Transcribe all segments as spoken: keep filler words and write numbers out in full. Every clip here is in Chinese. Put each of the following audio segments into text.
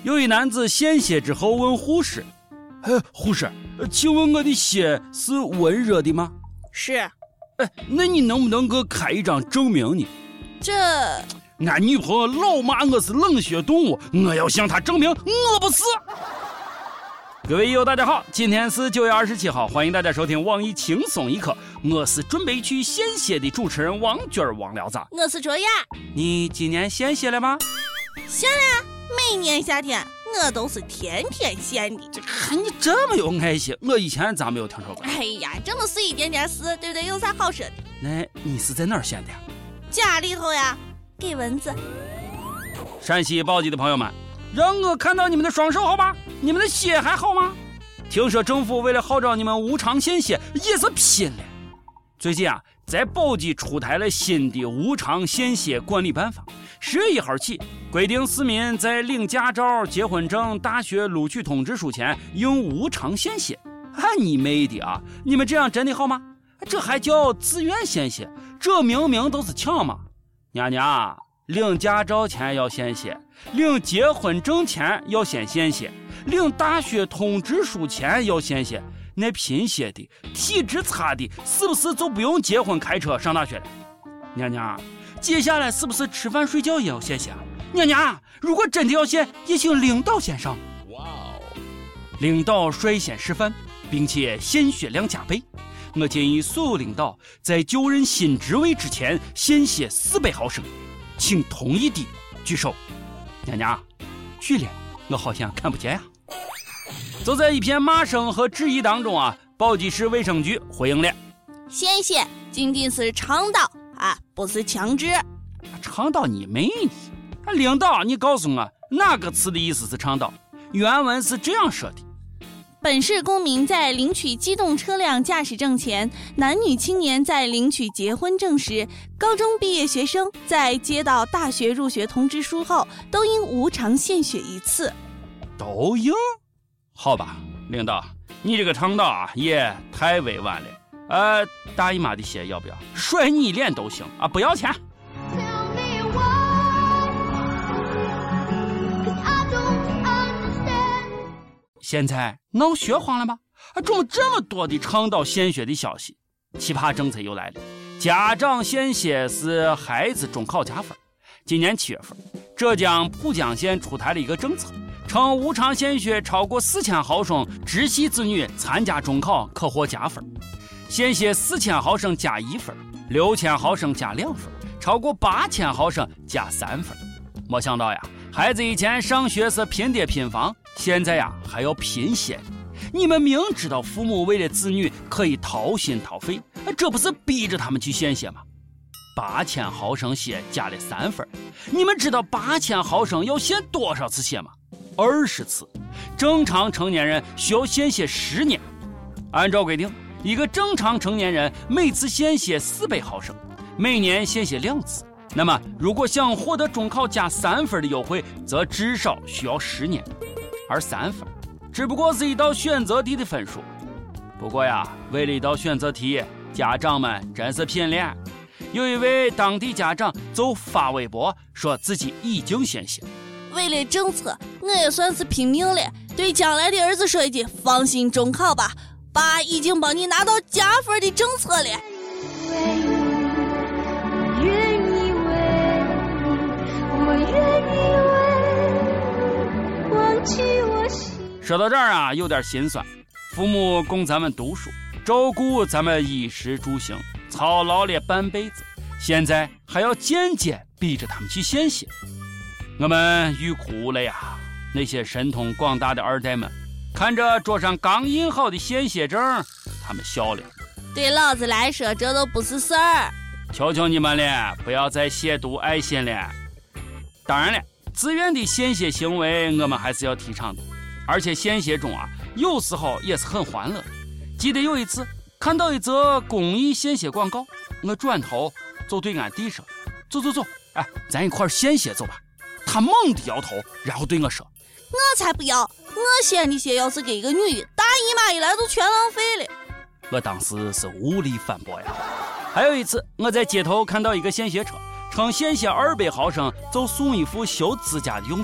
有一男子献血之后问护士：“哎，护士，请问我的血是温热的吗？”“ 是。”“ 哎，那你能不能给我开一张证明呢？”“ 这…… 俺女朋友老骂我是冷血动物，我要向她证明我不是。”各位友大家好，今天是九月二十七号，欢迎大家收听网易轻松一刻，我是准备去献血的主持人王军儿王聊子。 我是卓雅。 你今年献血了吗？ 献了，每年夏天我都是天天献的。 这看你这么有爱心，我以前咋没有听说过？ 哎呀，这么是一点点事，对不对？有啥好说的？ 那你是在哪儿献的？ 家里头呀，给蚊子。 陕西宝鸡的朋友们，让我看到你们的双手好吧？你们的血还好吗？听说政府为了号召你们无偿献血也是拼了。最近啊，在宝鸡出台了新的无偿献血管理办法，十月一号起规定市民在领驾照、结婚证、大学录取通知书前应无偿献血。啊，你妹的啊！你们这样真的好吗？这还叫自愿献血？这明明都是抢嘛！娘娘，领驾照前要献血，领结婚证前要先献血，领大学通知书前要献血。那贫血的、体质差的，是不是就不用结婚开车上大学了？娘娘，接下来是不是吃饭睡觉也要献血啊？娘娘，如果真的要献，也请领导先上。哇哦！领导率先示范，并且献血量加倍。我建议所有领导在就任新职位之前献血四百毫升，请同意的举手。娘娘，剧烈，我好像看不见呀、啊。就在一片骂声和质疑当中啊，宝鸡市卫生局回应了： 献血仅仅是倡导啊，不是强制。 倡导你妹你！领导，你告诉我哪个词的意思是倡导？原文是这样说的： 本市公民在领取机动车辆驾驶证前，男女青年在领取结婚证时，高中毕业学生在接到大学入学通知书后，都应无偿献血一次。 都应？好吧，领导，你这个倡导啊也太委婉了。呃，大姨妈的血要不要？甩你脸都行啊，不要钱。现在闹血荒了吗？啊，怎么这么多的倡导献血的消息？奇葩政策又来了，家长献血是孩子中考加分。今年七月份，浙江浦江县出台了一个政策，称无偿献血超过四千毫升直系子女参加中考可获加分，献血四千毫升加一分，六千毫升加两分，超过八千毫升加三分。没想到呀，孩子以前上学是拼爹拼房，现在呀还要拼血。你们明知道父母为了子女可以掏心掏肺，这不是逼着他们去献血吗？八千毫升血加了三分，你们知道八千毫升要献多少次血吗？二十次。正常成年人需要献血十年。按照规定，一个正常成年人每次献血四百毫升，每年献血两次。那么，如果想获得中考加三分的优惠，则至少需要十年。而三分只不过是一道选择题的分数。不过呀，为了一道选择题，家长们真是拼了。有一位当地家长就发微博说自己已经献血。 为了政策，我也算是拼命了。对将来的儿子说一句：放心中考吧，爸已经帮你拿到加分的政策了。 说到这儿啊，有点心酸。父母供咱们读书，照顾咱们衣食住行，操劳了半辈子，现在还要间接逼着他们去献血，我们欲哭了呀！那些神通广大的二代们，看着桌上刚印好的献血证，他们笑了。 对老子来说，这都不是事儿。 求求你们了，不要再亵渎爱心了。当然了，自愿的献血行为我们还是要提倡的，而且献血中啊，有时候也是很欢乐。记得有一次看到一则公益献血广告，我转头就对俺弟说：走走走，哎，咱一块献血走吧。他猛地摇头，然后对我说： 我才不要，我献的血要是给一个女的，大姨妈一来就全浪费了。 我当时是无力反驳呀。还有一次我在街头看到一个献血车，称献血二百毫升就送一副修指甲的用具，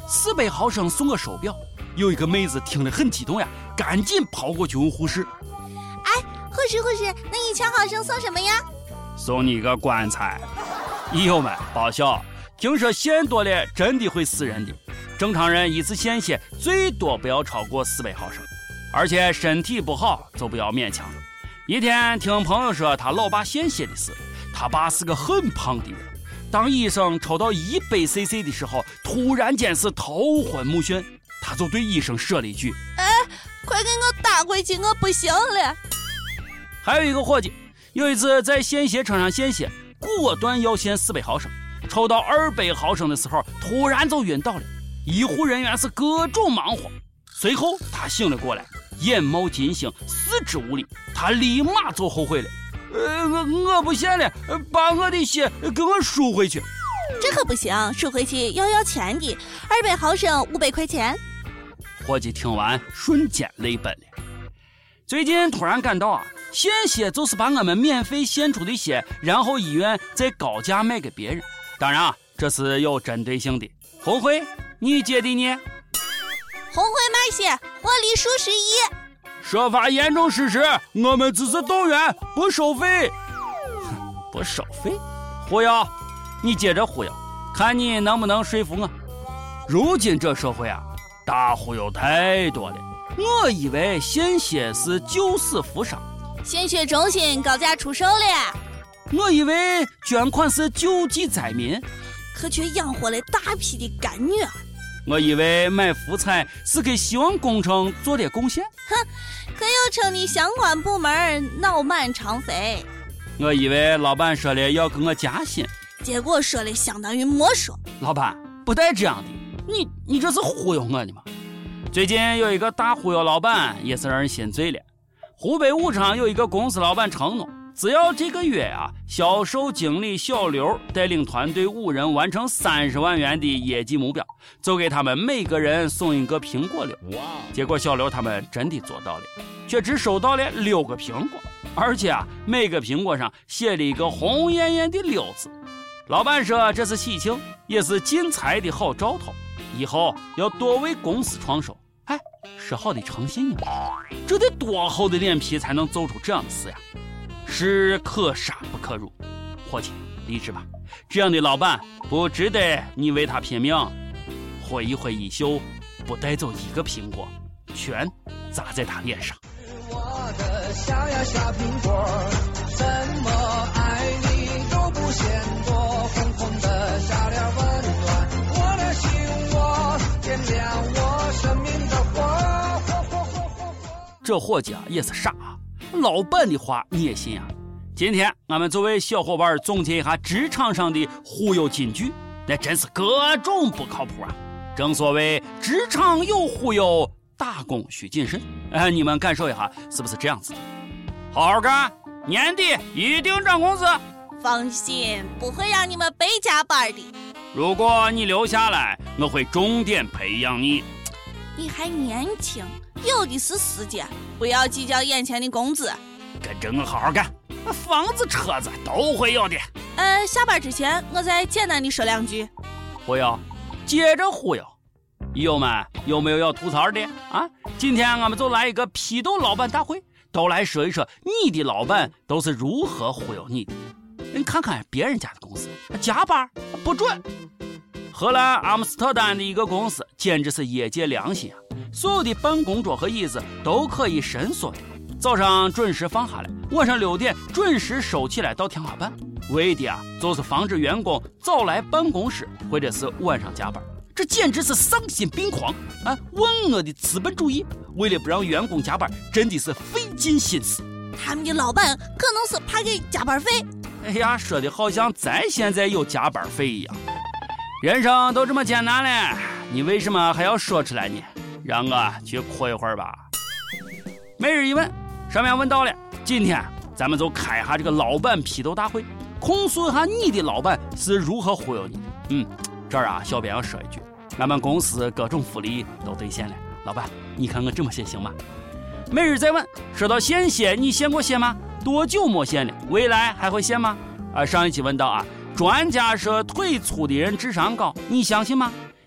四百毫升送个手表。有一个妹子听得很激动呀，赶紧跑过去问护士： 哎，护士护士，那一千毫升送什么呀？ 送你个棺材。医友们报销，听说献多了真的会死人的，正常人一次献血最多不要超过四百毫升，而且身体不好就不要勉强了。一天听朋友说他老爸献血的事，他爸是个很胖的人，当医生抽到一百 C C 的时候，突然间是头昏目眩，他就对医生说了一句： 哎，快给我打回去，我不行了。 还有一个伙计，有一次在献血车上献血，果断要献四百毫升，抽到二百毫升的时候，突然就晕倒了。医护人员是各种忙活，随后他醒了过来，眼冒金星，四肢无力，他立马就后悔了。呃，我我不献了，把我的血给我输回去。 这可不行，输回去要要钱的，二百毫升五百块钱。 伙计听完瞬间泪奔了。最近突然感到啊，献血就是把我们免费献出的血，然后医院再高价卖给别人。当然啊，这是有针对性的。红辉，你觉得呢？ 红辉卖血，获利数十亿。 说法严重失实，我们只是动员，不收费。不收费？忽悠，你接着忽悠，看你能不能说服我。如今这社会啊，大忽悠太多了。我以为献血是救死扶伤， 献血中心高价出售了。 我以为捐款是救济灾民， 可却养活了大批的干女儿。 我以为买福彩是给希望工程做点贡献， 哼，可又称你相关部门脑满肠肥。 我以为老板说了要给我加薪， 结果说了相当于没说。 老板不带这样的，你你这是忽悠我呢吗？最近有一个大忽悠老板也是让人心醉了。湖北武昌有一个公司老板承诺，只要这个月啊，销售经理小刘带领团队五人完成三十万元的业绩目标，就给他们每个人送一个苹果六。结果小刘他们真的做到了，却只收到了六个苹果，而且啊，每个苹果上写了一个红艳艳的六字。老板说这是喜庆，也是进财的好兆头，以后要多为公司创收。哎，说好的诚信呢？这得多厚的脸皮才能做出这样的事呀？是可杀不可辱。伙计，理智吧，这样的老板不值得你为他拼命。挥一挥衣袖，不带走一个苹果，全砸在他脸上。我的小呀小苹果，怎么爱你都不嫌多，红红的小脸温暖我的心窝，点亮我生命的火。这伙计啊也是傻啊，老板的话你也信啊？今天俺们作为小伙伴总结一下职场上的忽悠金句，那真是各种不靠谱啊！正所谓职场有忽悠，打工需谨慎。哎，你们感受一下是不是这样子的？好好干，年底一定涨工资。 放心，不会让你们白加班的。 如果你留下来，我会重点培养你。 你还年轻，有的是时间，不要计较眼前的工资。 跟着我好好干，房子车子都会有的。 呃，下班之前我再简单的说两句。 忽悠，接着忽悠。友友们有没有要吐槽的啊？今天俺们就来一个批斗老板大会，都来说一说你的老板都是如何忽悠你的。你看看别人家的公司加班不准。荷兰阿姆斯特丹的一个公司简直是业界良心啊！所有的办公桌和椅子都可以伸缩的，早上准时放下来，晚上六点准时收起来到天花板，为的啊就是防止员工早来办公室或者是晚上加班。这简直是丧心病狂啊！万恶的资本主义，为了不让员工加班，真的是费尽心思。 他们的老板可能是怕给加班费。 哎呀，说的好像咱现在有加班费一样。人生都这么艰难了，你为什么还要说出来呢？让我去哭一会儿吧。每日一问，上面问到了，今天咱们就开一下这个老板批斗大会，控诉一下你的老板是如何忽悠你的。嗯，这儿啊，小编要说一句，俺们公司各种福利都兑现了，老板，你看我这么写行吗？每日再问，说到献血，你献过血吗？多久没献了？未来还会献吗？啊，上一期问到啊，专家说腿粗的人智商高，你相信吗？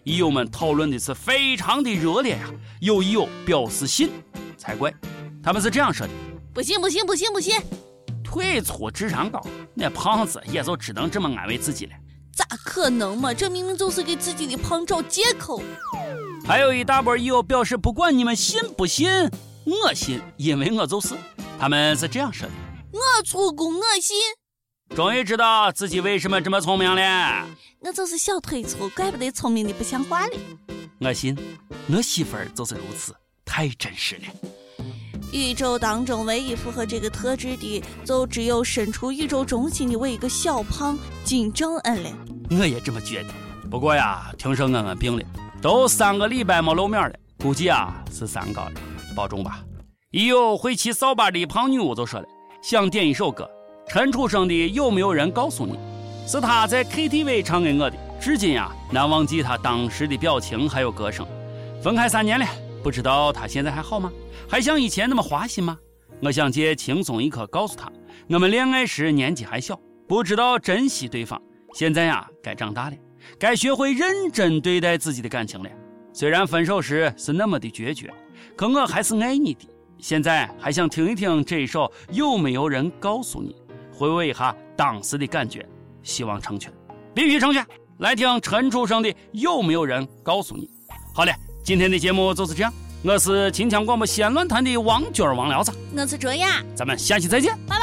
益友们讨论的是非常的热烈呀，有益友表示信才怪。他们是这样说的： 不行不行不行不行， 腿粗智商高，那胖子也就只能这么安慰自己了。 咋可能嘛？这明明就是给自己的胖找借口。 还有一大波益友表示，不管你们信不信，我信，因为我就是。他们是这样说的： 我粗估我信。 终于知道自己为什么这么聪明了。 我就是小腿粗，怪不得聪明的不像话了。 我信，我媳妇儿就是如此，太真实了。 宇宙当中唯一符合这个特质的，就只有身处宇宙中心的我一个小胖金正恩了。 我也这么觉得。不过呀，听说恩恩病了，都三个礼拜没露面了，估计啊是三高了，保重吧。益友会骑扫把的胖女巫就说了，想点一首歌，陈楚生的《有没有人告诉你》，是他在 K T V 唱给我的，至今呀难忘记他当时的表情还有歌声。分开三年了，不知道他现在还好吗？还像以前那么花心吗？我想借轻松一刻告诉他，我们恋爱时年纪还小，不知道珍惜对方，现在呀该长大了，该学会认真对待自己的感情了。虽然分手时是那么的决绝，可我还是爱你的。现在还想听一听这一首《有没有人告诉你》，回味一下当时的感觉，希望成全，必须成全。来听陈楚生的《有没有人告诉你》。好了，今天的节目就是这样。我是秦腔广播西安论坛的王娟王聊子， 我是卓雅， 咱们下期再见， 拜拜。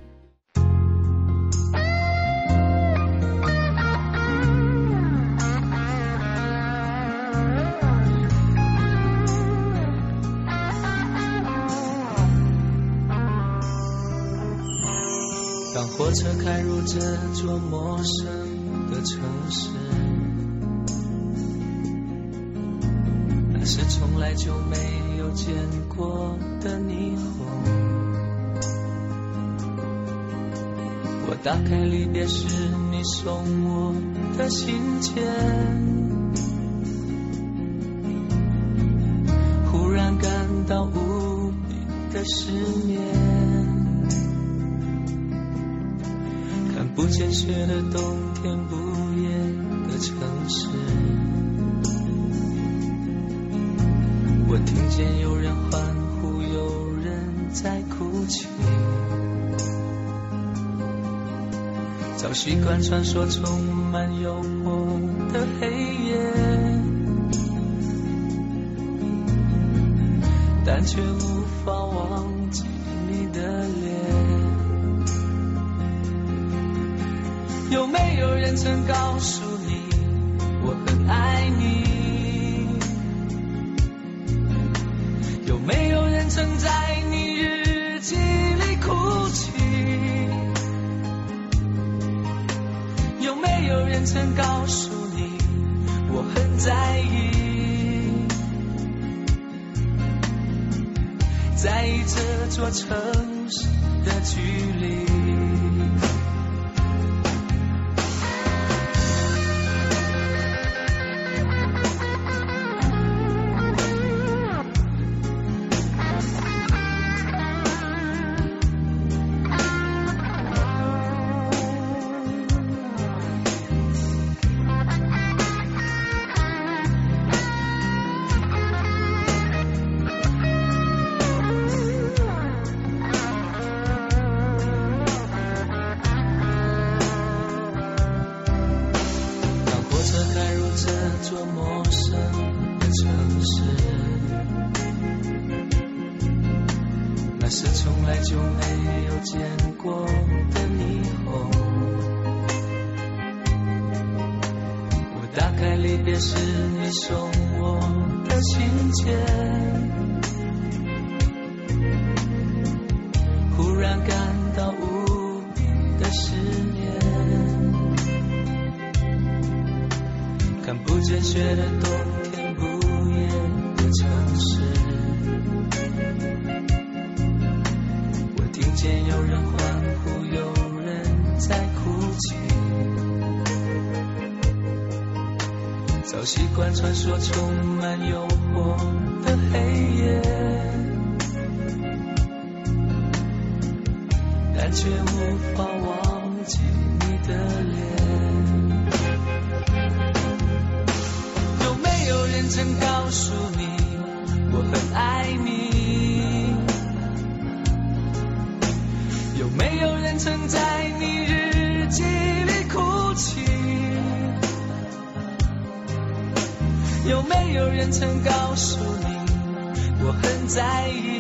当火车开入这座陌生的城市，那是从来就没有见过的霓虹。我打开离别时你送我的信件，忽然感到无比的失眠。不见雪的冬天，不夜的城市，我听见有人欢呼，有人在哭泣。早习惯穿梭充满诱惑的黑夜，但却无法忘记你的脸。有没有人曾告诉你我很爱你？有没有人曾在你日记里哭泣？有没有人曾告诉你我很在意？在意这座城市的距离。那是从来就没有见过的霓虹。我打开离别时你送我的信件，忽然感到无比的失眠。看不见雪的冬天，不夜的城市，听见有人欢呼，有人在哭泣。早习惯穿梭充满诱惑的黑夜，但却无法忘记你的脸。有人曾告诉你我很爱你？有没有人曾在你日记里哭泣？有没有人曾告诉你我很在意？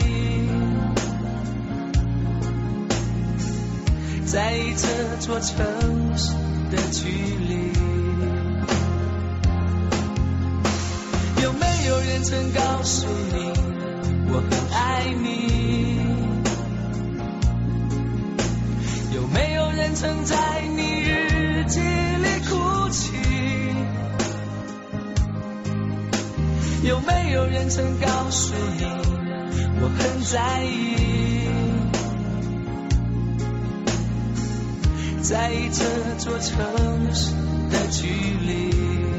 在意这座城市的距离。有没有人曾告诉你我很爱你？有没有人曾在你日记里哭泣？有没有人曾告诉你我很在意？在意这座城市的距离。